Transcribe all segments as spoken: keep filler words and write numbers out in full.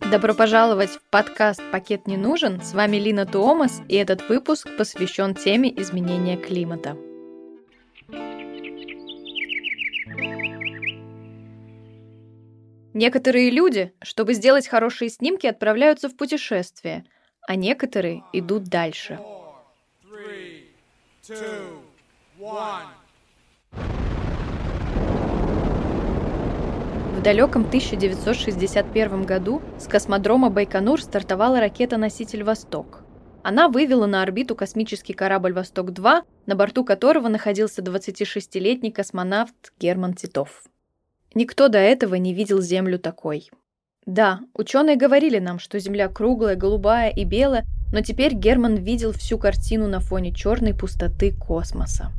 Добро пожаловать в подкаст «Пакет не нужен». С вами Лина Туомас, и этот выпуск посвящен теме изменения климата. Некоторые люди, чтобы сделать хорошие снимки, отправляются в путешествие, а некоторые идут дальше. Three, two, one. В далеком тысяча девятьсот шестьдесят первом году с космодрома Байконур стартовала ракета-носитель «Восток». Она вывела на орбиту космический корабль «Восток-два», на борту которого находился двадцатишестилетний космонавт Герман Титов. Никто до этого не видел Землю такой. Да, ученые говорили нам, что Земля круглая, голубая и белая, но теперь Герман видел всю картину на фоне черной пустоты космоса.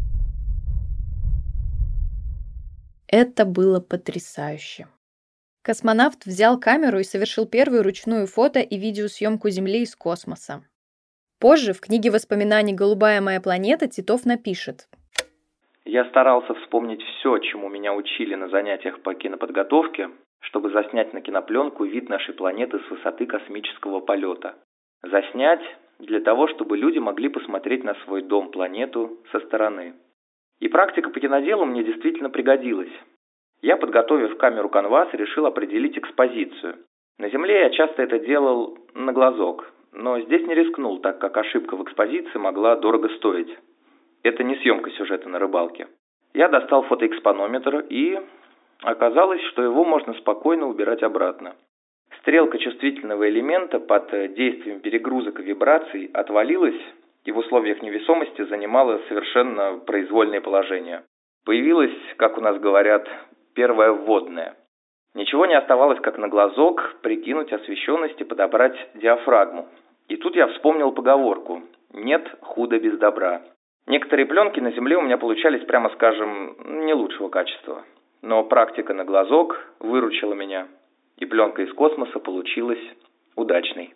Это было потрясающе. Космонавт взял камеру и совершил первую ручную фото- и видеосъемку Земли из космоса. Позже в книге воспоминаний «Голубая моя планета» Титов напишет: «Я старался вспомнить все, чему меня учили на занятиях по киноподготовке, чтобы заснять на кинопленку вид нашей планеты с высоты космического полета. Заснять для того, чтобы люди могли посмотреть на свой дом, планету, со стороны. И практика по киноделу мне действительно пригодилась. Я, подготовив камеру канвас, решил определить экспозицию. На Земле я часто это делал на глазок, но здесь не рискнул, так как ошибка в экспозиции могла дорого стоить. Это не съемка сюжета на рыбалке. Я достал фотоэкспонометр, и оказалось, что его можно спокойно убирать обратно. Стрелка чувствительного элемента под действием перегрузок и вибраций отвалилась и в условиях невесомости занимала совершенно произвольное положение. Появилась, как у нас говорят, первая вводная. Ничего не оставалось, как на глазок прикинуть освещенность и подобрать диафрагму. И тут я вспомнил поговорку «нет худа без добра». Некоторые пленки на Земле у меня получались, прямо скажем, не лучшего качества. Но практика на глазок выручила меня, и пленка из космоса получилась удачной.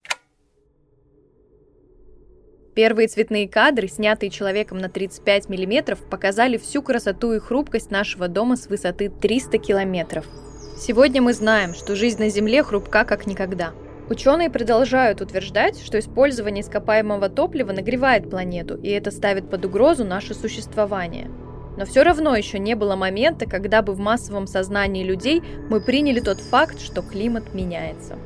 Первые цветные кадры, снятые человеком на тридцать пять миллиметров, показали всю красоту и хрупкость нашего дома с высоты триста километров. Сегодня мы знаем, что жизнь на Земле хрупка как никогда. Ученые продолжают утверждать, что использование ископаемого топлива нагревает планету, и это ставит под угрозу наше существование. Но все равно еще не было момента, когда бы в массовом сознании людей мы приняли тот факт, что климат меняется.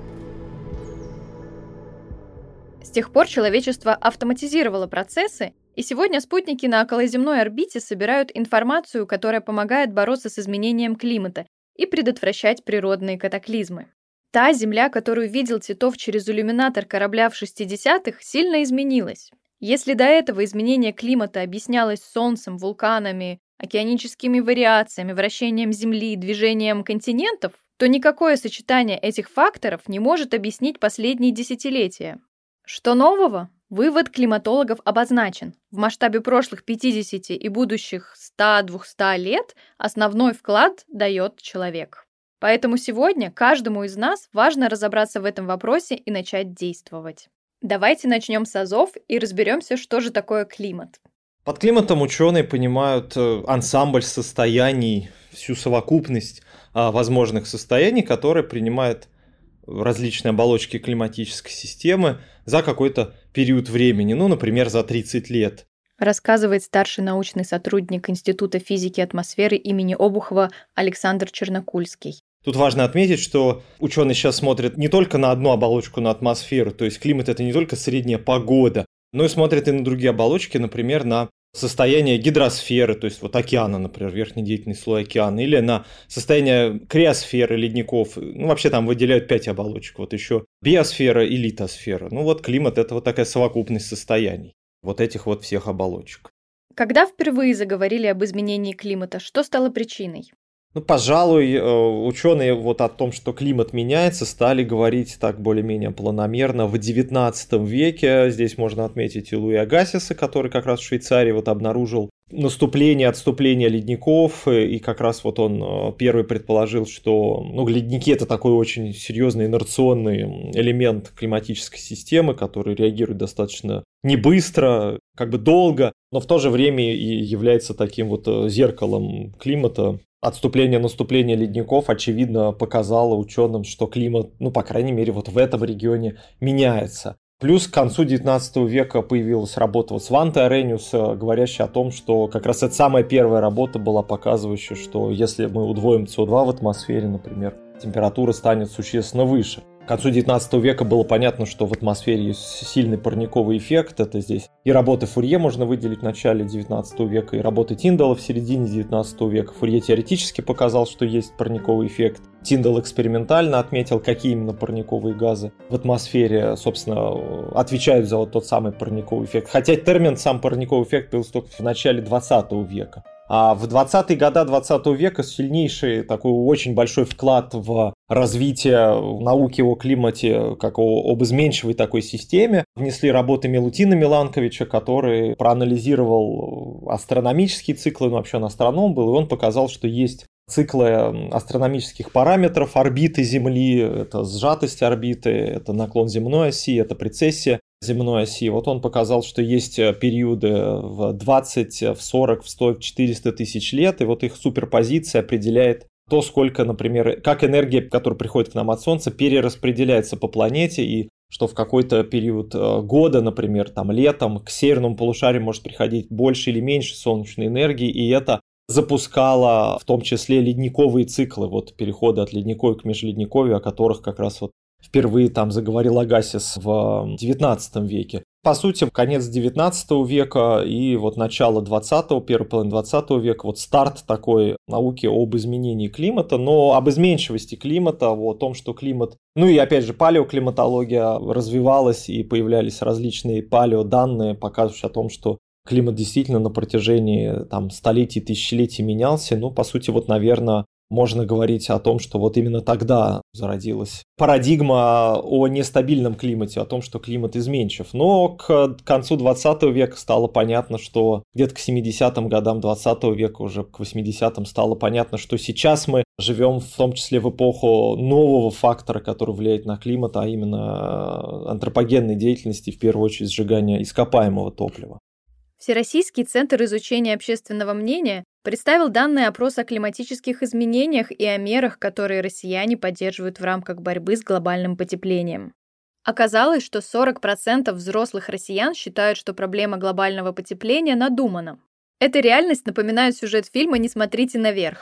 С тех пор человечество автоматизировало процессы, и сегодня спутники на околоземной орбите собирают информацию, которая помогает бороться с изменением климата и предотвращать природные катаклизмы. Та Земля, которую видел Титов через иллюминатор корабля в шестидесятых, сильно изменилась. Если до этого изменение климата объяснялось Солнцем, вулканами, океаническими вариациями, вращением Земли, движением континентов, то никакое сочетание этих факторов не может объяснить последние десятилетия. Что нового? Вывод климатологов обозначен. В масштабе прошлых пятидесяти и будущих ста-двухсот лет основной вклад дает человек. Поэтому сегодня каждому из нас важно разобраться в этом вопросе и начать действовать. Давайте начнем с азов и разберемся, что же такое климат. Под климатом ученые понимают ансамбль состояний, всю совокупность возможных состояний, которые принимают различные оболочки климатической системы за какой-то период времени, ну, например, за тридцать лет. Рассказывает старший научный сотрудник Института физики атмосферы имени Обухова Александр Чернокульский. Тут важно отметить, что ученые сейчас смотрят не только на одну оболочку, на атмосферу, то есть климат – это не только средняя погода, но и смотрят и на другие оболочки, например, на состояние гидросферы, то есть вот океана, например, верхний деятельный слой океана, или на состояние криосферы, ледников. Ну, вообще там выделяют пять оболочек. Вот еще биосфера и литосфера. Ну, вот климат – это вот такая совокупность состояний вот этих вот всех оболочек. Когда впервые заговорили об изменении климата, что стало причиной? Ну, пожалуй, ученые вот о том, что климат меняется, стали говорить так более-менее планомерно в девятнадцатом веке. Здесь можно отметить и Луи Агасиса, который как раз в Швейцарии вот обнаружил наступление, отступление ледников, и как раз вот он первый предположил, что ну, ледники – это такой очень серьезный инерционный элемент климатической системы, который реагирует достаточно не быстро, как бы долго, но в то же время и является таким вот зеркалом климата. Отступление, наступление ледников, очевидно, показало ученым, что климат, ну, по крайней мере, вот в этом регионе меняется. Плюс к концу девятнадцатого века появилась работа вот Сванте Арениуса, говорящая о том, что как раз это самая первая работа была, показывающая, что если мы удвоим С О два в атмосфере, например, температура станет существенно выше. К концу девятнадцатого века было понятно, что в атмосфере есть сильный парниковый эффект. Это здесь и работы Фурье можно выделить в начале девятнадцатого века, и работы Тиндала в середине девятнадцатого века. Фурье теоретически показал, что есть парниковый эффект. Тиндал экспериментально отметил, какие именно парниковые газы в атмосфере, собственно, отвечают за вот тот самый парниковый эффект. Хотя термин сам парниковый эффект появился только в начале двадцатого века. А в двадцатые годы двадцатого века сильнейший такой очень большой вклад в развитие науки о климате, как о, об изменчивой такой системе, внесли работы Милутина Миланковича, который проанализировал астрономические циклы, ну вообще он астроном был, и он показал, что есть циклы астрономических параметров орбиты Земли, это сжатость орбиты, это наклон земной оси, это прецессия земной оси. Вот он показал, что есть периоды в двадцать, в сорок, в сто, в четыреста тысяч лет, и вот их суперпозиция определяет то, сколько, например, как энергия, которая приходит к нам от Солнца, перераспределяется по планете, и что в какой-то период года, например, там летом, к северному полушарию может приходить больше или меньше солнечной энергии, и это запускало в том числе ледниковые циклы, вот переходы от ледниковой к межледниковью, о которых как раз вот впервые там заговорил Агасис в девятнадцатом веке. По сути, конец девятнадцатого века и вот начало двадцатого, первая половина двадцатого века, вот старт такой науки об изменении климата, но об изменчивости климата, о том, что климат, ну и опять же палеоклиматология развивалась и появлялись различные палеоданные, показывающие о том, что климат действительно на протяжении там, столетий, тысячелетий менялся. Ну, по сути, вот, наверное, можно говорить о том, что вот именно тогда зародилась парадигма о нестабильном климате, о том, что климат изменчив. Но к концу двадцатого века стало понятно, что где-то к семидесятым годам двадцатого века, уже к восьмидесятым стало понятно, что сейчас мы живем в том числе в эпоху нового фактора, который влияет на климат, а именно антропогенной деятельности, в первую очередь сжигания ископаемого топлива. Всероссийский центр изучения общественного мнения представил данные опроса о климатических изменениях и о мерах, которые россияне поддерживают в рамках борьбы с глобальным потеплением. Оказалось, что сорок процентов взрослых россиян считают, что проблема глобального потепления надумана. Эта реальность напоминает сюжет фильма «Не смотрите наверх».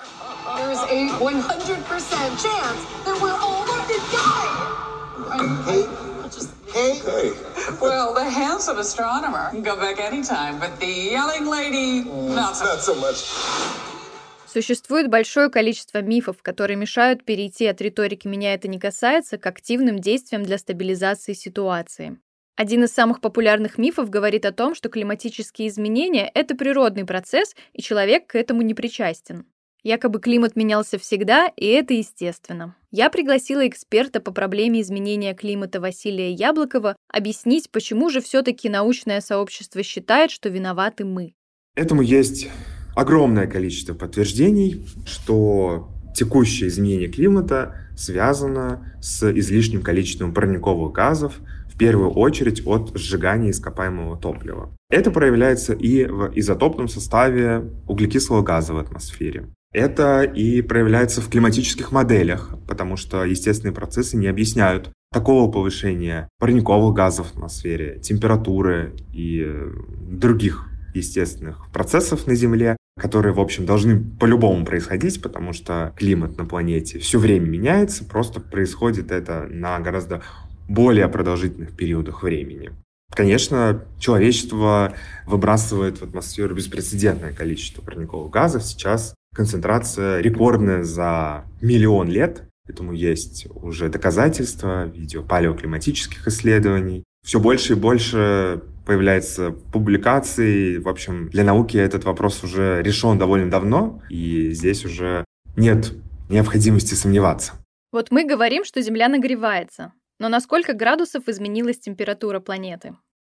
Hey. Hey. Well, the handsome astronomer can go back anytime, but the yelling lady, not so, not so much. Существует большое количество мифов, которые мешают перейти от риторики «меня это не касается» к активным действиям для стабилизации ситуации. Один из самых популярных мифов говорит о том, что климатические изменения – это природный процесс, и человек к этому не причастен. Якобы климат менялся всегда, и это естественно. Я пригласила эксперта по проблеме изменения климата Василия Яблокова объяснить, почему же все-таки научное сообщество считает, что виноваты мы. Этому есть огромное количество подтверждений, что текущее изменение климата связано с излишним количеством парниковых газов, в первую очередь от сжигания ископаемого топлива. Это проявляется и в изотопном составе углекислого газа в атмосфере. Это и проявляется в климатических моделях, потому что естественные процессы не объясняют такого повышения парниковых газов в атмосфере, температуры и других естественных процессов на Земле, которые, в общем, должны по-любому происходить, потому что климат на планете все время меняется, просто происходит это на гораздо более продолжительных периодах времени. Конечно, человечество выбрасывает в атмосферу беспрецедентное количество парниковых газов. Сейчас концентрация рекордная за миллион лет. Этому есть уже доказательства в виде палеоклиматических исследований. Все больше и больше появляется публикаций. В общем, для науки этот вопрос уже решен довольно давно, и здесь уже нет необходимости сомневаться. Вот мы говорим, что Земля нагревается. Но на сколько градусов изменилась температура планеты?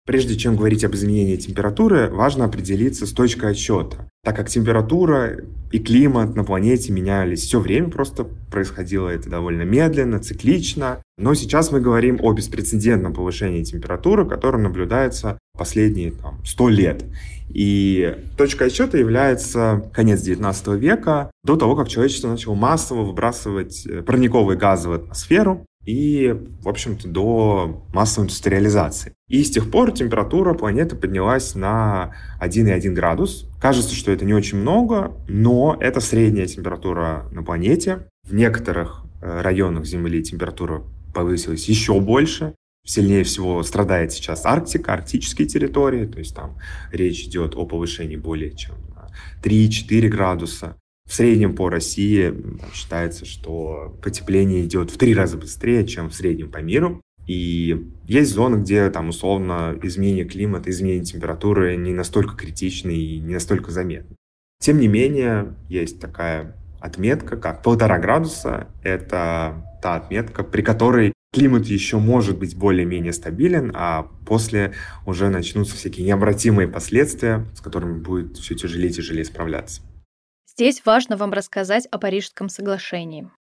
Прежде чем говорить об изменении температуры, важно определиться с точкой отсчета, так как температура и климат на планете менялись все время, просто происходило это довольно медленно, циклично. Но сейчас мы говорим о беспрецедентном повышении температуры, которое наблюдается последние там, сто лет. И точкой отсчета является конец девятнадцатого века, до того, как человечество начало массово выбрасывать парниковые газы в атмосферу, и, в общем-то, до массовой индустриализации. И с тех пор температура планеты поднялась на один целых один десятых градус. Кажется, что это не очень много, но это средняя температура на планете. В некоторых районах Земли температура повысилась еще больше. Сильнее всего страдает сейчас Арктика, арктические территории, то есть там речь идет о повышении более чем на три-четыре градуса. В среднем по России считается, что потепление идет в три раза быстрее, чем в среднем по миру. И есть зоны, где там условно изменение климата, изменение температуры не настолько критичны и не настолько заметны. Тем не менее, есть такая отметка, как полтора градуса. Это та отметка, при которой климат еще может быть более-менее стабилен, а после уже начнутся всякие необратимые последствия, с которыми будет все тяжелее и тяжелее справляться. Здесь важно вам рассказать о Парижском соглашении.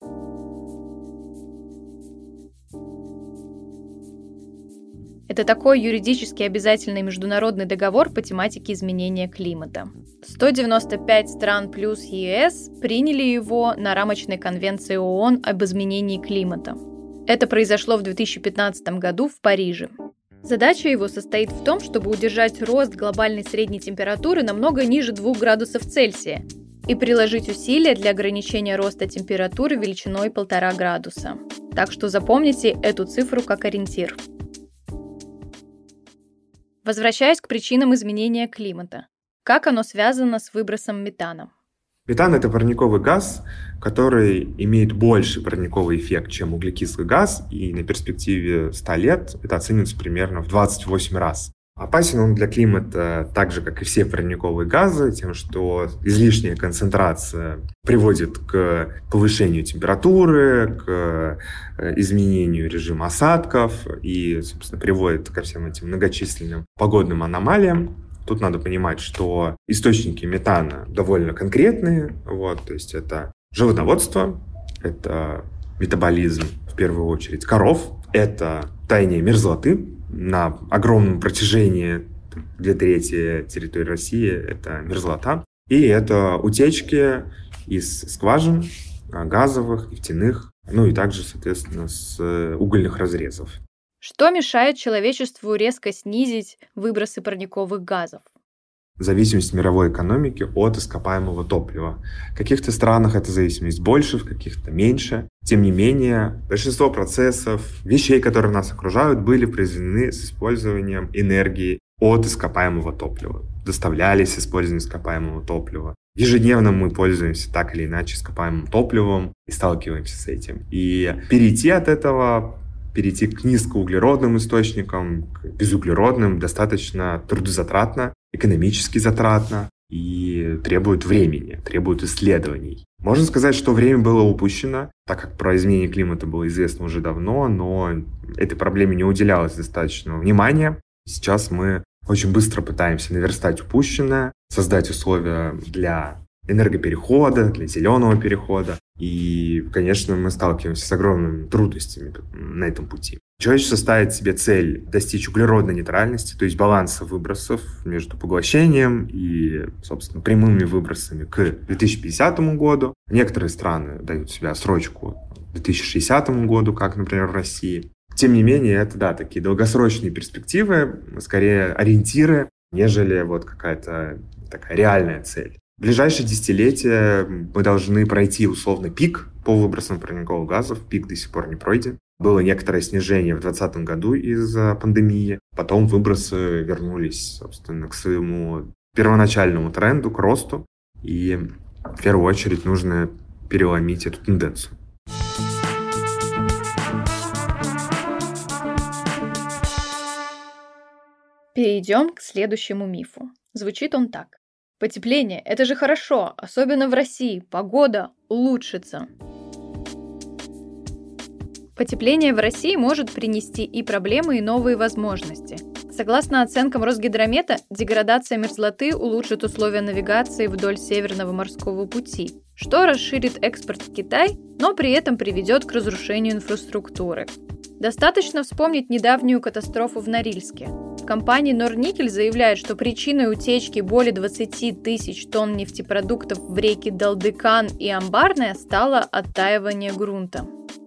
Это такой юридически обязательный международный договор по тематике изменения климата. сто девяносто пять стран плюс ЕС приняли его на рамочной конвенции ООН об изменении климата. Это произошло в две тысячи пятнадцатом году в Париже. Задача его состоит в том, чтобы удержать рост глобальной средней температуры намного ниже двух градусов Цельсия и приложить усилия для ограничения роста температуры величиной полтора градуса. Так что запомните эту цифру как ориентир. Возвращаясь к причинам изменения климата. Как оно связано с выбросом метана? Метан – это парниковый газ, который имеет больший парниковый эффект, чем углекислый газ, и на перспективе ста лет это оценивается примерно в двадцать восемь раз. Опасен он для климата так же, как и все парниковые газы, тем, что излишняя концентрация приводит к повышению температуры, к изменению режима осадков и, собственно, приводит ко всем этим многочисленным погодным аномалиям. Тут надо понимать, что источники метана довольно конкретные, вот, то есть это животноводство, это метаболизм, в первую очередь, коров, это таяние мерзлоты. На огромном протяжении две трети территории России это мерзлота. И это утечки из скважин газовых, нефтяных, ну и также, соответственно, с угольных разрезов. Что мешает человечеству резко снизить выбросы парниковых газов? Зависимость мировой экономики от ископаемого топлива. В каких-то странах эта зависимость больше, в каких-то меньше. Тем не менее, большинство процессов, вещей, которые нас окружают, были произведены с использованием энергии от ископаемого топлива. Доставлялись с использованием ископаемого топлива. Ежедневно мы пользуемся так или иначе ископаемым топливом и сталкиваемся с этим. И перейти от этого, перейти к низкоуглеродным источникам, к безуглеродным достаточно трудозатратно, экономически затратно и требует времени, требует исследований. Можно сказать, что время было упущено, так как про изменение климата было известно уже давно, но этой проблеме не уделялось достаточного внимания. Сейчас мы очень быстро пытаемся наверстать упущенное, создать условия для энергоперехода, для зеленого перехода. И, конечно, мы сталкиваемся с огромными трудностями на этом пути. Человечество ставит себе цель достичь углеродной нейтральности, то есть баланса выбросов между поглощением и, собственно, прямыми выбросами к две тысячи пятидесятому году. Некоторые страны дают себе срочку к две тысячи шестидесятому году, как, например, в России. Тем не менее, это, да, такие долгосрочные перспективы, скорее ориентиры, нежели вот какая-то такая реальная цель. В ближайшие десятилетия мы должны пройти условно пик по выбросам парниковых газов. Пик до сих пор не пройден. Было некоторое снижение в двадцатом году из-за пандемии. Потом выбросы вернулись, собственно, к своему первоначальному тренду, к росту. И в первую очередь нужно переломить эту тенденцию. Перейдем к следующему мифу. Звучит он так. Потепление – это же хорошо, особенно в России. Погода улучшится. Потепление в России может принести и проблемы, и новые возможности. Согласно оценкам Росгидромета, деградация мерзлоты улучшит условия навигации вдоль Северного морского пути, что расширит экспорт в Китай, но при этом приведет к разрушению инфраструктуры. Достаточно вспомнить недавнюю катастрофу в Норильске. В компании Норникель заявляют, что причиной утечки более двадцать тысяч тонн нефтепродуктов в реки Далдыкан и Амбарная стало оттаивание грунта.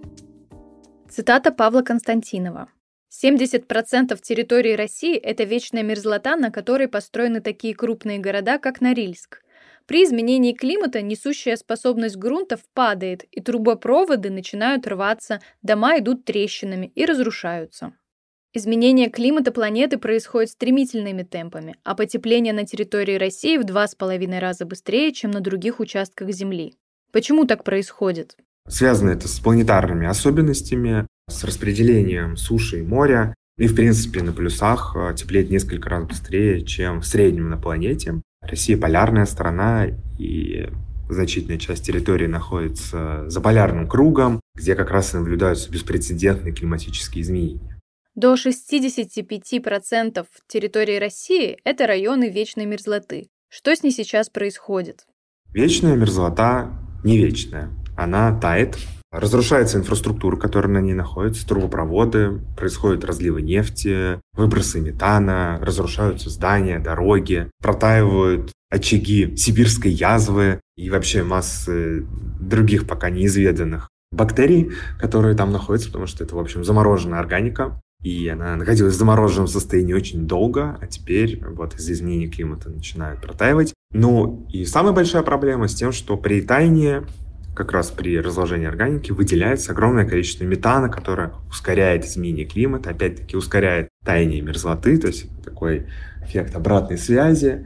Цитата Павла Константинова. семьдесят процентов территории России – это вечная мерзлота, на которой построены такие крупные города, как Норильск. При изменении климата несущая способность грунтов падает, и трубопроводы начинают рваться, дома идут трещинами и разрушаются. Изменение климата планеты происходит стремительными темпами, а потепление на территории России в два с половиной раза быстрее, чем на других участках Земли. Почему так происходит? Связано это с планетарными особенностями, с распределением суши и моря. И, в принципе, на полюсах теплеет несколько раз быстрее, чем в среднем на планете. Россия полярная страна, и значительная часть территории находится за полярным кругом, где как раз и наблюдаются беспрецедентные климатические изменения. До шестьдесят пять процентов территории России – это районы вечной мерзлоты. Что с ней сейчас происходит? Вечная мерзлота не вечная. Она тает. Разрушается инфраструктура, которая на ней находится, трубопроводы, происходят разливы нефти, выбросы метана, разрушаются здания, дороги, протаивают очаги сибирской язвы и вообще массы других пока неизведанных бактерий, которые там находятся, потому что это, в общем, замороженная органика. И она находилась в замороженном состоянии очень долго, а теперь вот из-за изменения климата начинают протаивать. Ну и самая большая проблема с тем, что при таянии, как раз при разложении органики, выделяется огромное количество метана, которое ускоряет изменение климата, опять-таки ускоряет таяние мерзлоты, то есть такой эффект обратной связи,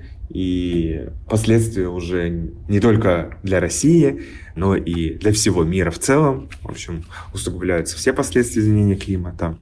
и последствия уже не только для России, но и для всего мира в целом. В общем, усугубляются все последствия изменения климата.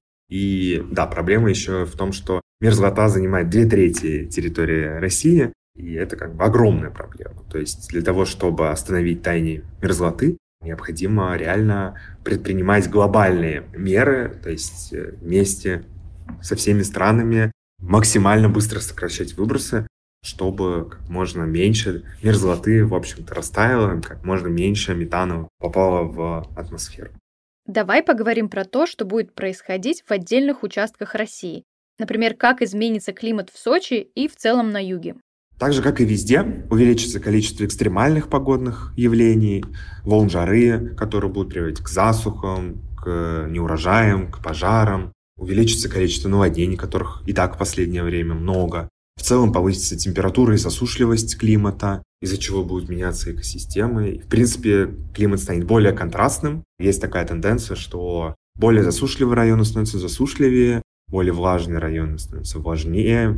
И да, проблема еще в том, что мерзлота занимает две трети территории России, и это как бы огромная проблема. То есть для того, чтобы остановить таяние мерзлоты, необходимо реально предпринимать глобальные меры, то есть вместе со всеми странами максимально быстро сокращать выбросы, чтобы как можно меньше мерзлоты, в общем-то, растаяло, как можно меньше метана попало в атмосферу. Давай поговорим про то, что будет происходить в отдельных участках России. Например, как изменится климат в Сочи и в целом на юге. Так же, как и везде, увеличится количество экстремальных погодных явлений, волн жары, которые будут приводить к засухам, к неурожаям, к пожарам. Увеличится количество наводнений, которых и так в последнее время много. В целом повысится температура и засушливость климата, из-за чего будут меняться экосистемы. В принципе, климат станет более контрастным. Есть такая тенденция, что более засушливые районы становятся засушливее, более влажные районы становятся влажнее,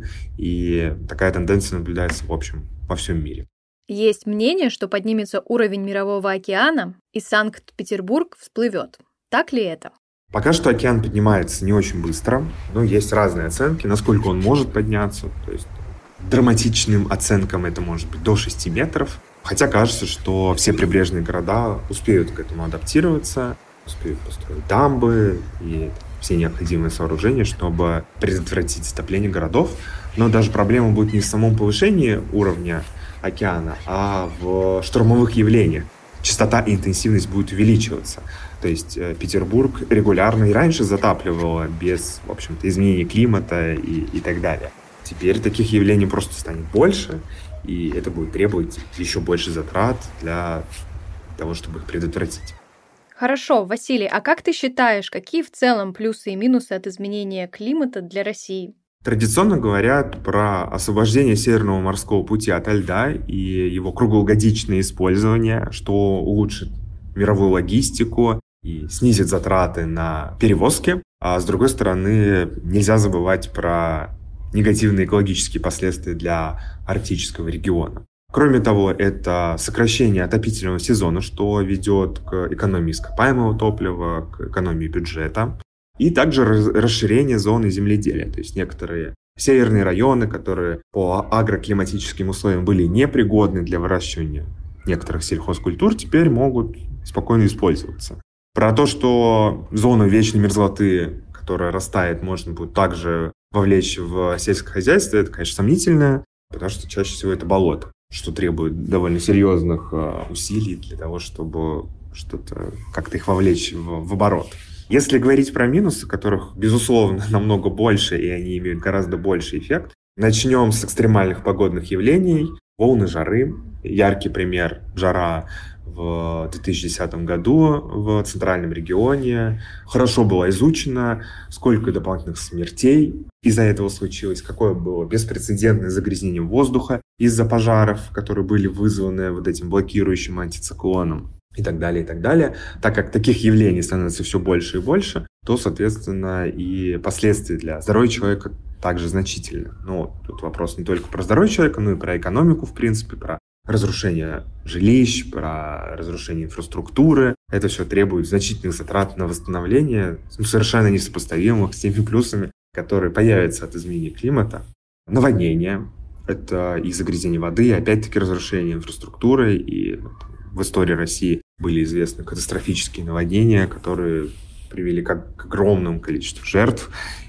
и такая тенденция наблюдается, в общем, во всем мире. Есть мнение, что поднимется уровень Мирового океана, и Санкт-Петербург всплывет. Так ли это? Пока что океан поднимается не очень быстро, но есть разные оценки, насколько он может подняться. То есть драматичным оценкам это может быть до шести метров. Хотя кажется, что все прибрежные города успеют к этому адаптироваться, успеют построить дамбы и все необходимые сооружения, чтобы предотвратить затопление городов. Но даже проблема будет не в самом повышении уровня океана, а в штормовых явлениях. Частота и интенсивность будет увеличиваться. То есть Петербург регулярно и раньше затапливало без, в общем-то, изменения климата и, и так далее. Теперь таких явлений просто станет больше, и это будет требовать еще больше затрат для того, чтобы их предотвратить. Хорошо, Василий, а как ты считаешь, какие в целом плюсы и минусы от изменения климата для России? Традиционно говорят про освобождение Северного морского пути ото льда и его круглогодичное использование, что улучшит мировую логистику и снизит затраты на перевозки. А с другой стороны, нельзя забывать про негативные экологические последствия для арктического региона. Кроме того, это сокращение отопительного сезона, что ведет к экономии ископаемого топлива, к экономии бюджета. И также расширение зоны земледелия. То есть некоторые северные районы, которые по агроклиматическим условиям были непригодны для выращивания некоторых сельхозкультур, теперь могут спокойно использоваться. Про то, что зону вечной мерзлоты, которая растает, можно будет также вовлечь в сельское хозяйство, это, конечно, сомнительно, потому что чаще всего это болото, что требует довольно серьезных усилий для того, чтобы что-то как-то их вовлечь в, в оборот. Если говорить про минусы, которых, безусловно, намного больше, и они имеют гораздо больший эффект, начнем с экстремальных погодных явлений. Волны жары. Яркий пример – жара в две тысячи десятом году в центральном регионе. Хорошо было изучено, сколько дополнительных смертей из-за этого случилось, какое было беспрецедентное загрязнение воздуха из-за пожаров, которые были вызваны вот этим блокирующим антициклоном и так далее, и так далее. Так как таких явлений становится все больше и больше, то, соответственно, и последствия для здоровья человека также значительны. Но тут вопрос не только про здоровье человека, но и про экономику, в принципе, про разрушение жилищ, про разрушение инфраструктуры. Это все требует значительных затрат на восстановление, совершенно несопоставимых с теми плюсами, которые появятся от изменения климата. Наводнение – это и загрязнение воды, и опять-таки разрушение инфраструктуры. И в истории России были известны катастрофические наводнения, которые привели к огромному количеству жертв.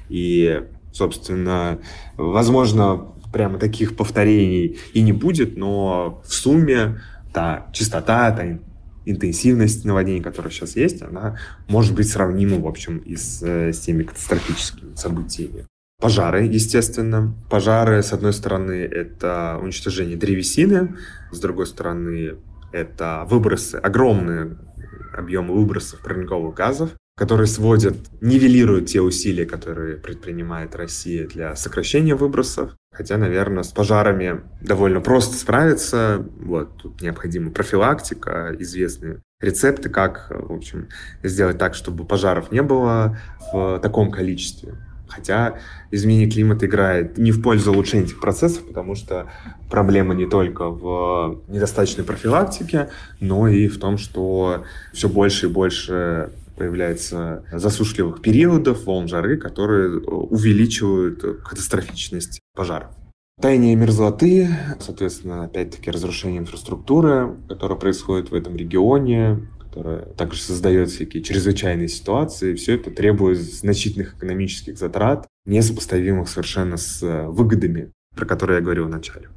И, собственно, возможно, прямо таких повторений и не будет, но в сумме та частота, та интенсивность наводнений, которая сейчас есть, она может быть сравнима, в общем, и с, с теми катастрофическими событиями. Пожары, естественно. Пожары, с одной стороны, это уничтожение древесины, с другой стороны, это выбросы, огромные объемы выбросов парниковых газов, которые сводят, нивелируют те усилия, которые предпринимает Россия для сокращения выбросов. Хотя, наверное, с пожарами довольно просто справиться. Вот, тут необходима профилактика, известные рецепты, как, в общем, сделать так, чтобы пожаров не было в таком количестве. Хотя изменение климата играет не в пользу улучшения этих процессов, потому что проблема не только в недостаточной профилактике, но и в том, что все больше и больше появляется засушливых периодов, волн жары, которые увеличивают катастрофичность пожаров. Таяние мерзлоты, соответственно, опять-таки разрушение инфраструктуры, которая происходит в этом регионе, которая также создает всякие чрезвычайные ситуации. Все это требует значительных экономических затрат, несопоставимых совершенно с выгодами, про которые я говорил в начале.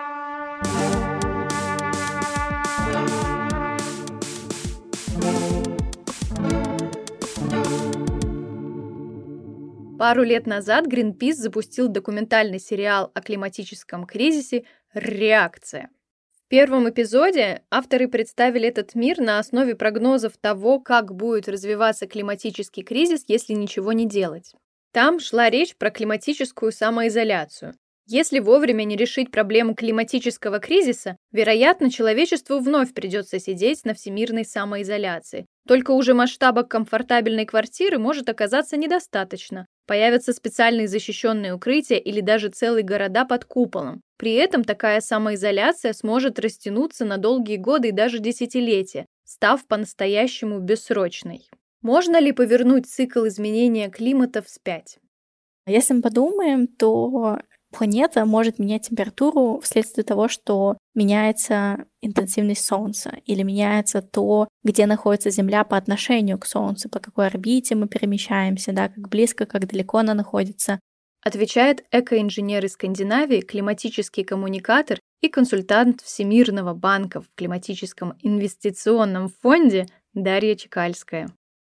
Пару лет назад Greenpeace запустил документальный сериал о климатическом кризисе «Реакция». В первом эпизоде авторы представили этот мир на основе прогнозов того, как будет развиваться климатический кризис, если ничего не делать. Там шла речь про климатическую самоизоляцию. Если вовремя не решить проблему климатического кризиса, вероятно, человечеству вновь придется сидеть на всемирной самоизоляции. Только уже масштаба комфортабельной квартиры может оказаться недостаточно. Появятся специальные защищенные укрытия или даже целые города под куполом. При этом такая самоизоляция сможет растянуться на долгие годы и даже десятилетия, став по-настоящему бессрочной. Можно ли повернуть цикл изменения климата вспять? Если мы подумаем, то планета может менять температуру вследствие того, что меняется интенсивность Солнца или меняется то, где находится Земля по отношению к Солнцу, по какой орбите мы перемещаемся, да, как близко, как далеко она находится. Отвечает экоинженер из Скандинавии, климатический коммуникатор и консультант Всемирного банка в климатическом инвестиционном фонде Дарья Чекальская.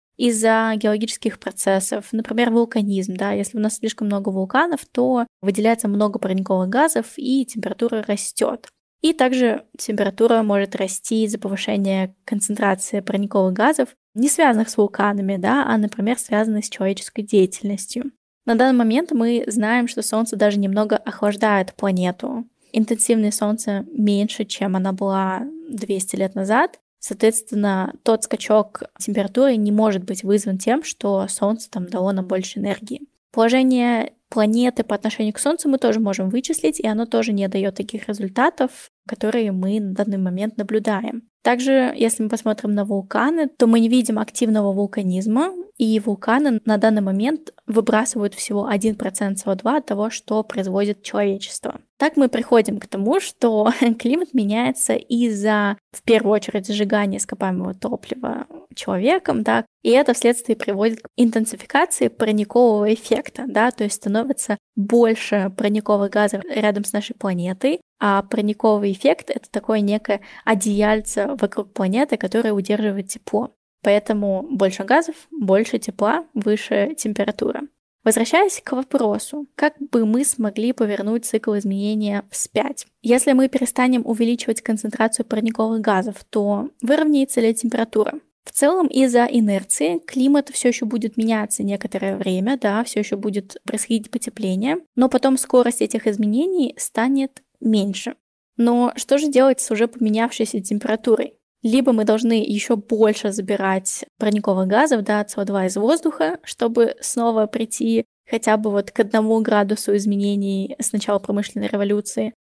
Из-за геологических процессов, например, вулканизм, да, если у нас слишком много вулканов, то выделяется много парниковых газов и температура растет. И также температура может расти из-за повышения концентрации парниковых газов, не связанных с вулканами, да, а, например, связанных с человеческой деятельностью. На данный момент мы знаем, что Солнце даже немного охлаждает планету. Интенсивность Солнца меньше, чем она была двести лет назад. Соответственно, тот скачок температуры не может быть вызван тем, что Солнце там дало нам больше энергии. Положение планеты по отношению к Солнцу мы тоже можем вычислить, и оно тоже не дает таких результатов, которые мы на данный момент наблюдаем. Также, если мы посмотрим на вулканы, то мы не видим активного вулканизма, и вулканы на данный момент выбрасывают всего один процент си о два от того, что производит человечество. Так мы приходим к тому, что климат меняется из-за, в первую очередь, сжигания ископаемого топлива человеком, да, и это вследствие приводит к интенсификации парникового эффекта, да, то есть становится больше парниковых газов рядом с нашей планетой, а парниковый эффект — это такое некое одеяльце вокруг планеты, которое удерживает тепло. Поэтому больше газов, больше тепла, выше температура. Возвращаясь к вопросу, как бы мы смогли повернуть цикл изменения вспять? Если мы перестанем увеличивать концентрацию парниковых газов, то выровняется ли температура? В целом, из-за инерции климат все еще будет меняться некоторое время, да, все еще будет происходить потепление, но потом скорость этих изменений станет меньше. Но что же делать с уже поменявшейся температурой? Либо мы должны еще больше забирать парниковых газов, да, си о два из воздуха, чтобы снова прийти хотя бы вот к одному градусу изменений с начала промышленной революции.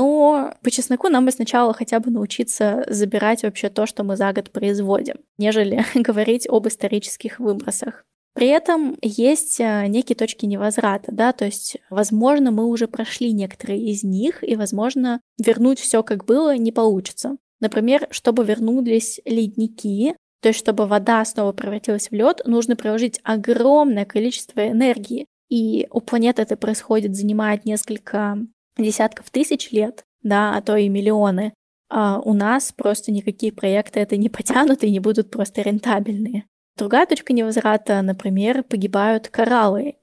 Но по чесноку нам бы сначала хотя бы научиться забирать вообще то, что мы за год производим, нежели говорить об исторических выбросах. При этом есть некие точки невозврата, да, то есть, возможно, мы уже прошли некоторые из них, и, возможно, вернуть все как было не получится. Например, чтобы вернулись ледники, то есть чтобы вода снова превратилась в лед, нужно приложить огромное количество энергии. И у планеты это происходит, занимает несколько десятков тысяч лет, да, а то и миллионы. А у нас просто никакие проекты это не потянут и не будут просто рентабельные. Другая точка невозврата, например, погибают кораллы.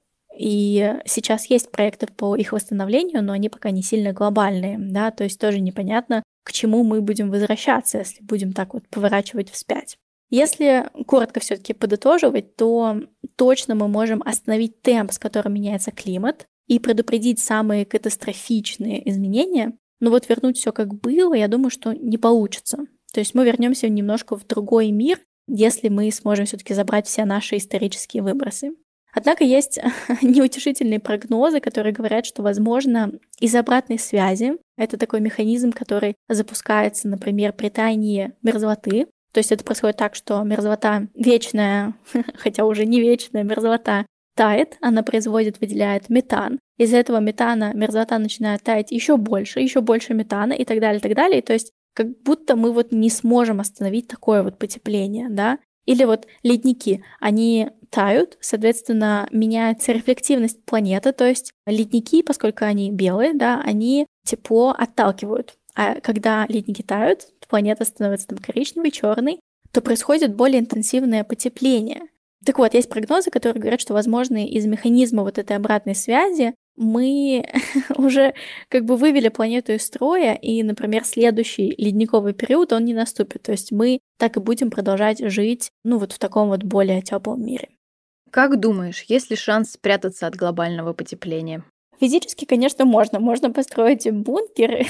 И сейчас есть проекты по их восстановлению, но они пока не сильно глобальные, да, то есть тоже непонятно, к чему мы будем возвращаться, если будем так вот поворачивать вспять. Если коротко все-таки подытоживать, то точно мы можем остановить темп, с которым меняется климат, и предупредить самые катастрофичные изменения, но вот вернуть все как было, я думаю, что не получится. То есть мы вернемся немножко в другой мир, если мы сможем все-таки забрать все наши исторические выбросы. Однако есть неутешительные прогнозы, которые говорят, что, возможно, из обратной связи, это такой механизм, который запускается, например, при таянии мерзлоты. То есть это происходит так, что мерзлота вечная, хотя уже не вечная, мерзлота тает, она производит, выделяет метан. Из-за этого метана мерзлота начинает таять еще больше, еще больше метана и так далее, и так далее. И то есть как будто мы вот не сможем остановить такое вот потепление, да? Или вот ледники, они тают, соответственно, меняется рефлективность планеты, то есть ледники, поскольку они белые, да, они тепло отталкивают. А когда ледники тают, планета становится там коричневой, черной, то происходит более интенсивное потепление. Так вот, есть прогнозы, которые говорят, что, возможно, из механизма вот этой обратной связи мы уже как бы вывели планету из строя, и, например, следующий ледниковый период, он не наступит. То есть мы так и будем продолжать жить, ну, вот в таком вот более теплом мире. Как думаешь, есть ли шанс спрятаться от глобального потепления? Физически, конечно, можно. Можно построить бункер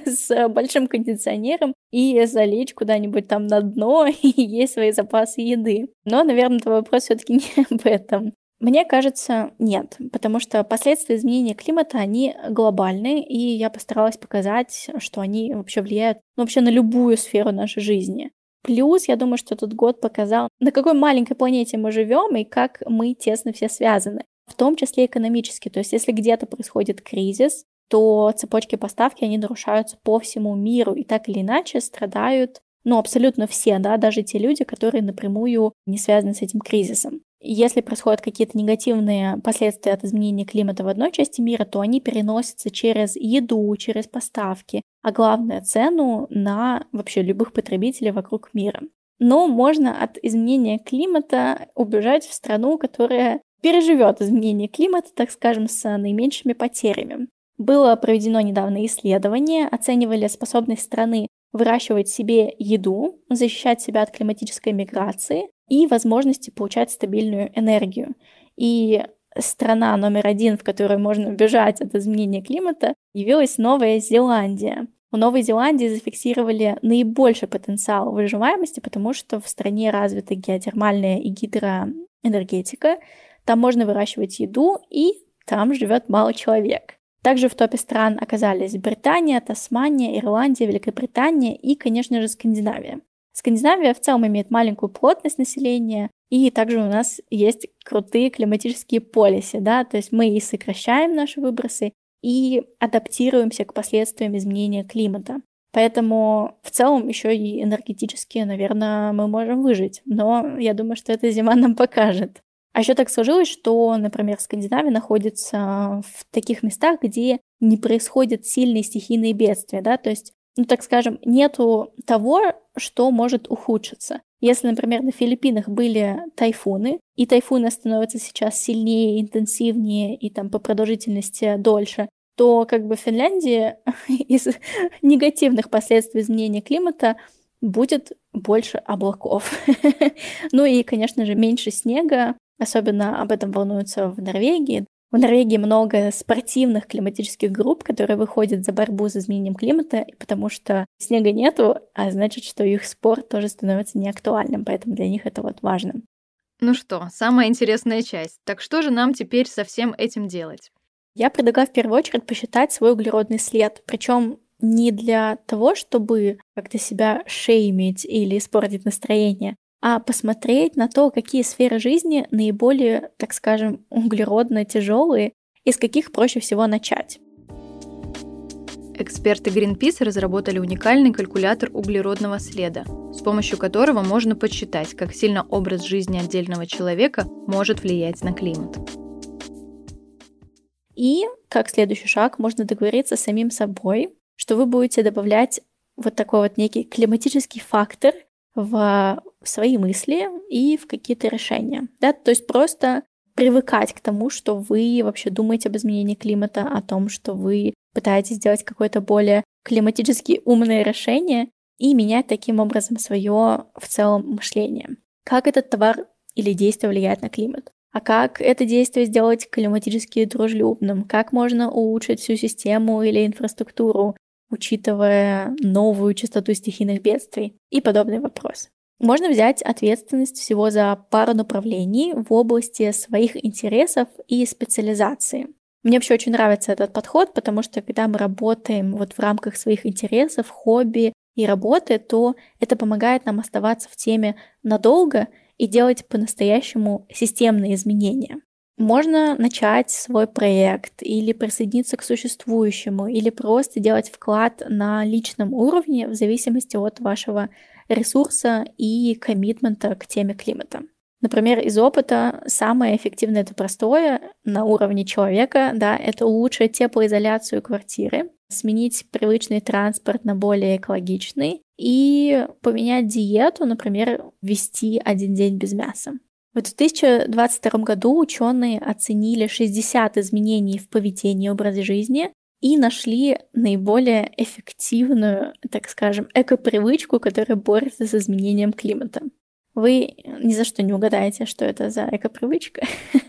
с большим кондиционером и залечь куда-нибудь там на дно и есть свои запасы еды. Но, наверное, твой вопрос все-таки не об этом. Мне кажется, нет, потому что последствия изменения климата, они глобальные, и я постаралась показать, что они вообще влияют ну, вообще на любую сферу нашей жизни. Плюс, я думаю, что этот год показал, на какой маленькой планете мы живем и как мы тесно все связаны, в том числе экономически. То есть, если где-то происходит кризис, то цепочки поставки, они нарушаются по всему миру, и так или иначе страдают, ну, абсолютно все, да, даже те люди, которые напрямую не связаны с этим кризисом. Если происходят какие-то негативные последствия от изменения климата в одной части мира, то они переносятся через еду, через поставки, а главное — цену на вообще любых потребителей вокруг мира. Но можно от изменения климата убежать в страну, которая переживет изменение климата, так скажем, с наименьшими потерями. Было проведено недавно исследование, оценивали способность страны выращивать себе еду, защищать себя от климатической миграции и возможности получать стабильную энергию. И страна номер один, в которой можно убежать от изменения климата, явилась Новая Зеландия. У Новой Зеландии зафиксировали наибольший потенциал выживаемости, потому что в стране развита геотермальная и гидроэнергетика, там можно выращивать еду, и там живет мало человек. Также в топе стран оказались Британия, Тасмания, Ирландия, Великобритания и, конечно же, Скандинавия. Скандинавия в целом имеет маленькую плотность населения, И также у нас есть крутые климатические полиси, да, то есть мы и сокращаем наши выбросы, и адаптируемся к последствиям изменения климата. Поэтому в целом еще и энергетически, наверное, мы можем выжить. Но я думаю, что эта зима нам покажет. А еще так сложилось, что, например, Скандинавия находится в таких местах, где не происходят сильные стихийные бедствия, да, то есть, ну, так скажем, нету того, что может ухудшиться. Если, например, на Филиппинах были тайфуны, и тайфуны становятся сейчас сильнее, интенсивнее и там по продолжительности дольше, то как бы в Финляндии из негативных последствий изменения климата будет больше облаков. Ну и, конечно же, меньше снега. Особенно об этом волнуются в Норвегии. В Норвегии много спортивных климатических групп, которые выходят за борьбу с изменением климата, потому что снега нету, а значит, что их спорт тоже становится неактуальным, поэтому для них это вот важно. Ну что, самая интересная часть. Так что же нам теперь со всем этим делать? Я предлагаю в первую очередь посчитать свой углеродный след, причем не для того, чтобы как-то себя шеймить или испортить настроение, а посмотреть на то, какие сферы жизни наиболее, так скажем, углеродно тяжелые и с каких проще всего начать. Эксперты Greenpeace разработали уникальный калькулятор углеродного следа, с помощью которого можно подсчитать, как сильно образ жизни отдельного человека может влиять на климат. И, как следующий шаг, можно договориться с самим собой, что вы будете добавлять вот такой вот некий климатический фактор в свои мысли и в какие-то решения. Да? То есть просто привыкать к тому, что вы вообще думаете об изменении климата, о том, что вы пытаетесь сделать какое-то более климатически умное решение и менять таким образом свое в целом мышление. Как этот товар или действие влияет на климат? А как это действие сделать климатически дружелюбным? Как можно улучшить всю систему или инфраструктуру, учитывая новую частоту стихийных бедствий и подобный вопрос. Можно взять ответственность всего за пару направлений в области своих интересов и специализации. Мне вообще очень нравится этот подход, потому что когда мы работаем вот в рамках своих интересов, хобби и работы, то это помогает нам оставаться в теме надолго и делать по-настоящему системные изменения. Можно начать свой проект или присоединиться к существующему, или просто делать вклад на личном уровне в зависимости от вашего ресурса и коммитмента к теме климата. Например, из опыта самое эффективное, это простое на уровне человека, да, это улучшить теплоизоляцию квартиры, сменить привычный транспорт на более экологичный и поменять диету, например, ввести один день без мяса. В две тысячи двадцать втором году ученые оценили шестьдесят изменений в поведении и образе жизни и нашли наиболее эффективную, так скажем, экопривычку, которая борется с изменением климата. Вы ни за что не угадаете, что это за экопривычка.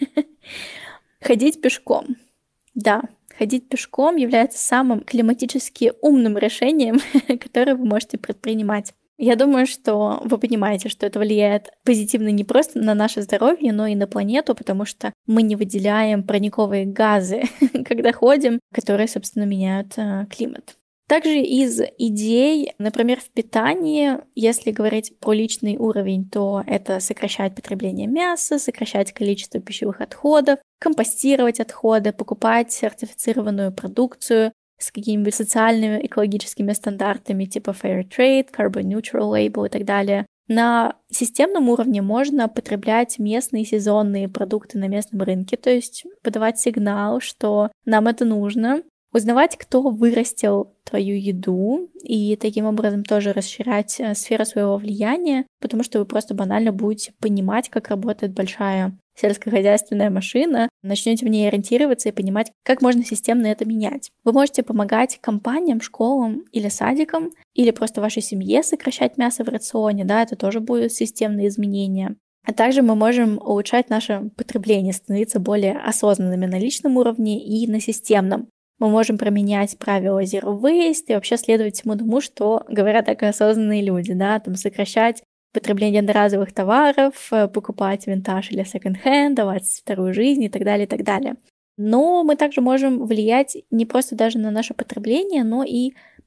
Ходить пешком. Да, ходить пешком является самым климатически умным решением, которое вы можете предпринимать. Я думаю, что вы понимаете, что это влияет позитивно не просто на наше здоровье, но и на планету, потому что мы не выделяем парниковые газы, когда ходим, которые, собственно, меняют э, климат. Также из идей, например, в питании, если говорить про личный уровень, то это сокращать потребление мяса, сокращать количество пищевых отходов, компостировать отходы, покупать сертифицированную продукцию с какими-нибудь социальными экологическими стандартами типа Fair Trade, Carbon Neutral Label и так далее. На системном уровне можно потреблять местные сезонные продукты на местном рынке, то есть подавать сигнал, что нам это нужно, узнавать, кто вырастил твою еду, и таким образом тоже расширять сферу своего влияния, потому что вы просто банально будете понимать, как работает большая сельскохозяйственная машина, начнете в ней ориентироваться и понимать, как можно системно это менять. Вы можете помогать компаниям, школам или садикам, или просто вашей семье сокращать мясо в рационе, да, это тоже будут системные изменения. А также мы можем улучшать наше потребление, становиться более осознанными на личном уровне и на системном. Мы можем применять правила Zero Waste и вообще следовать всему тому, что говорят так осознанные люди, да, там сокращать потребление одноразовых товаров, покупать винтаж или секонд-хенд, давать вторую жизнь и так далее, и так далее. Но мы также можем влиять не просто даже на наше потребление, но и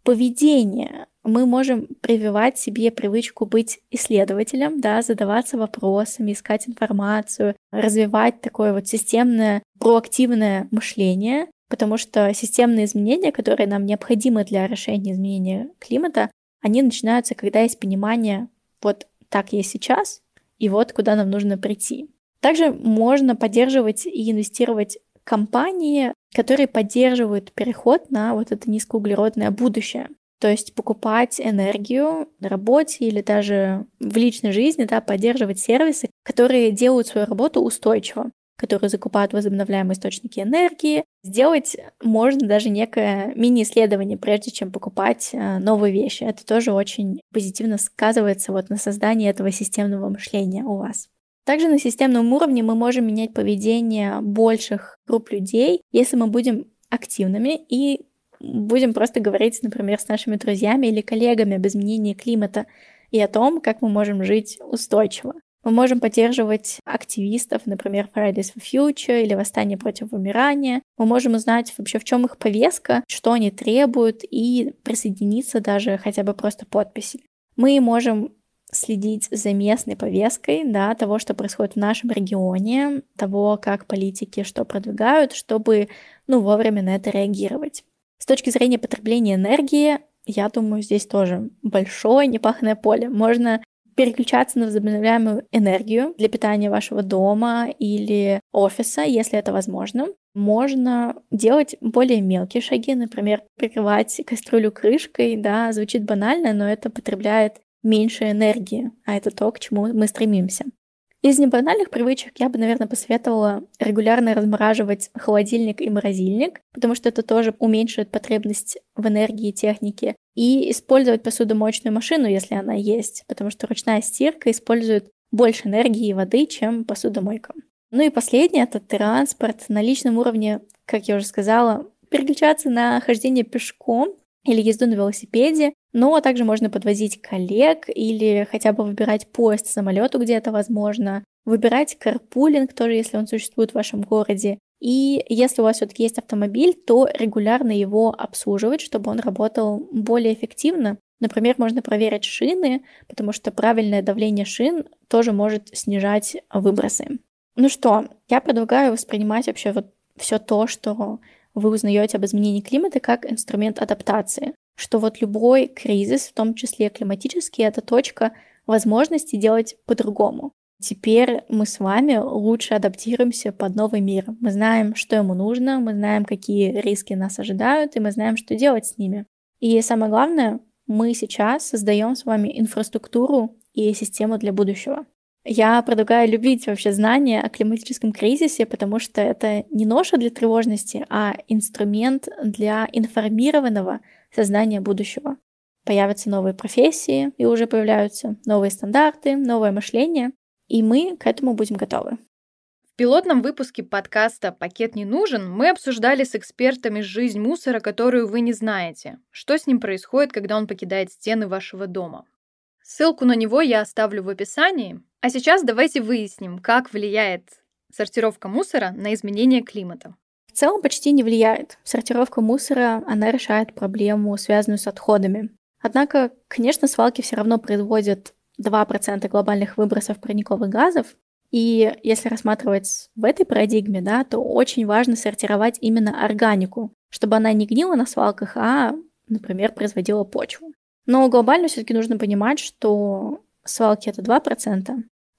поведение. Мы можем прививать себе привычку быть исследователем, да, задаваться вопросами, искать информацию, развивать такое вот системное, проактивное мышление, потому что системные изменения, которые нам необходимы для решения изменения климата, они начинаются, когда есть понимание, вот так есть сейчас, и вот куда нам нужно прийти. Также можно поддерживать и инвестировать в компании, которые поддерживают переход на вот это низкоуглеродное будущее. То есть покупать энергию на работе или даже в личной жизни, да, поддерживать сервисы, которые делают свою работу устойчиво, которые закупают возобновляемые источники энергии. Сделать можно даже некое мини-исследование, прежде чем покупать новые вещи. Это тоже очень позитивно сказывается вот на создании этого системного мышления у вас. Также на системном уровне мы можем менять поведение больших групп людей, если мы будем активными и будем просто говорить, например, с нашими друзьями или коллегами об изменении климата и о том, как мы можем жить устойчиво. Мы можем поддерживать активистов, например, Fridays for Future или Восстание против вымирания. Мы можем узнать вообще, в чем их повестка, что они требуют, и присоединиться даже хотя бы просто подписью. Мы можем следить за местной повесткой, да, того, что происходит в нашем регионе, того, как политики что продвигают, чтобы, ну, вовремя на это реагировать. С точки зрения потребления энергии, я думаю, здесь тоже большое непаханное поле. Можно переключаться на возобновляемую энергию для питания вашего дома или офиса, если это возможно. Можно делать более мелкие шаги, например, прикрывать кастрюлю крышкой, да, звучит банально, но это потребляет меньше энергии, а это то, к чему мы стремимся. Из небанальных привычек я бы, наверное, посоветовала регулярно размораживать холодильник и морозильник, потому что это тоже уменьшит потребность в энергии и технике, и использовать посудомоечную машину, если она есть, потому что ручная стирка использует больше энергии и воды, чем посудомойка. Ну и последнее — это транспорт. На личном уровне, как я уже сказала, переключаться на хождение пешком или езду на велосипеде, но также можно подвозить коллег или хотя бы выбирать поезд, самолету, где это возможно, выбирать карпулинг тоже, если он существует в вашем городе. И если у вас все-таки есть автомобиль, то регулярно его обслуживать, чтобы он работал более эффективно. Например, можно проверить шины, потому что правильное давление шин тоже может снижать выбросы. Ну что, я предлагаю воспринимать вообще вот все то, что вы узнаете об изменении климата, как инструмент адаптации. Что вот любой кризис, в том числе климатический, это точка возможности делать по-другому. Теперь мы с вами лучше адаптируемся под новый мир. Мы знаем, что ему нужно, мы знаем, какие риски нас ожидают, и мы знаем, что делать с ними. И самое главное, мы сейчас создаем с вами инфраструктуру и систему для будущего. Я предлагаю любить вообще знания о климатическом кризисе, потому что это не ноша для тревожности, а инструмент для информированного создания будущего. Появятся новые профессии, и уже появляются новые стандарты, новое мышление, и мы к этому будем готовы. В пилотном выпуске подкаста «Пакет не нужен» мы обсуждали с экспертами жизнь мусора, которую вы не знаете. Что с ним происходит, когда он покидает стены вашего дома? Ссылку на него я оставлю в описании. А сейчас давайте выясним, как влияет сортировка мусора на изменение климата. В целом почти не влияет. Сортировка мусора, она решает проблему, связанную с отходами. Однако, конечно, свалки все равно производят два процента глобальных выбросов парниковых газов. И если рассматривать в этой парадигме, да, то очень важно сортировать именно органику, чтобы она не гнила на свалках, а, например, производила почву. Но глобально все-таки нужно понимать, что свалки — это два процента,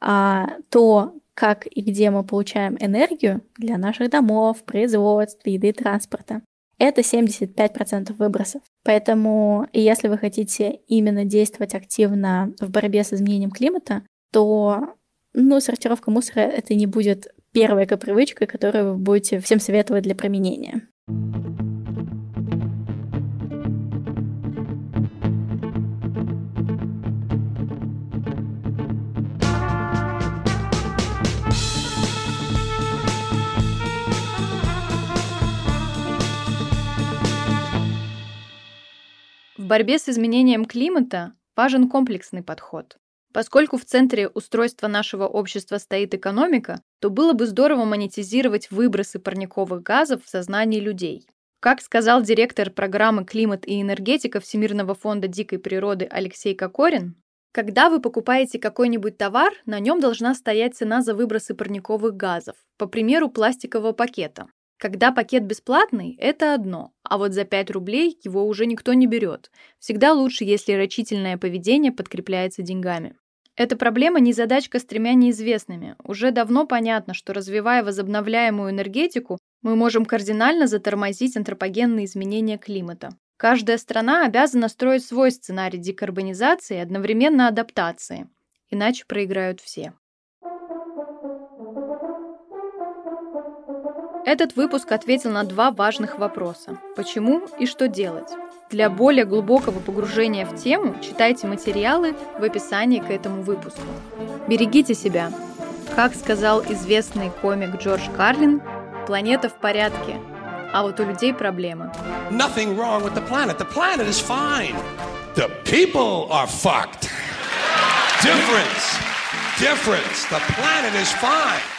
а то, как и где мы получаем энергию для наших домов, производств, еды, транспорта, это семьдесят пять процентов выбросов. Поэтому, если вы хотите именно действовать активно в борьбе с изменением климата, то ну, сортировка мусора — это не будет первой эко-привычкой, которую вы будете всем советовать для применения. В борьбе с изменением климата важен комплексный подход. Поскольку в центре устройства нашего общества стоит экономика, то было бы здорово монетизировать выбросы парниковых газов в сознании людей. Как сказал директор программы «Климат и энергетика» Всемирного фонда дикой природы Алексей Кокорин, когда вы покупаете какой-нибудь товар, на нем должна стоять цена за выбросы парниковых газов, по примеру пластикового пакета. Когда пакет бесплатный, это одно, а вот за пять рублей его уже никто не берет. Всегда лучше, если рачительное поведение подкрепляется деньгами. Эта проблема не задачка с тремя неизвестными. Уже давно понятно, что развивая возобновляемую энергетику, мы можем кардинально затормозить антропогенные изменения климата. Каждая страна обязана строить свой сценарий декарбонизации и одновременно адаптации, иначе проиграют все. Этот выпуск ответил на два важных вопроса: почему и что делать. Для более глубокого погружения в тему читайте материалы в описании к этому выпуску. Берегите себя. Как сказал известный комик Джордж Карлин, планета в порядке, а вот у людей проблемы. Nothing wrong with the planet. The planet is fine. The people are fucked. Difference. Difference. The planet is fine.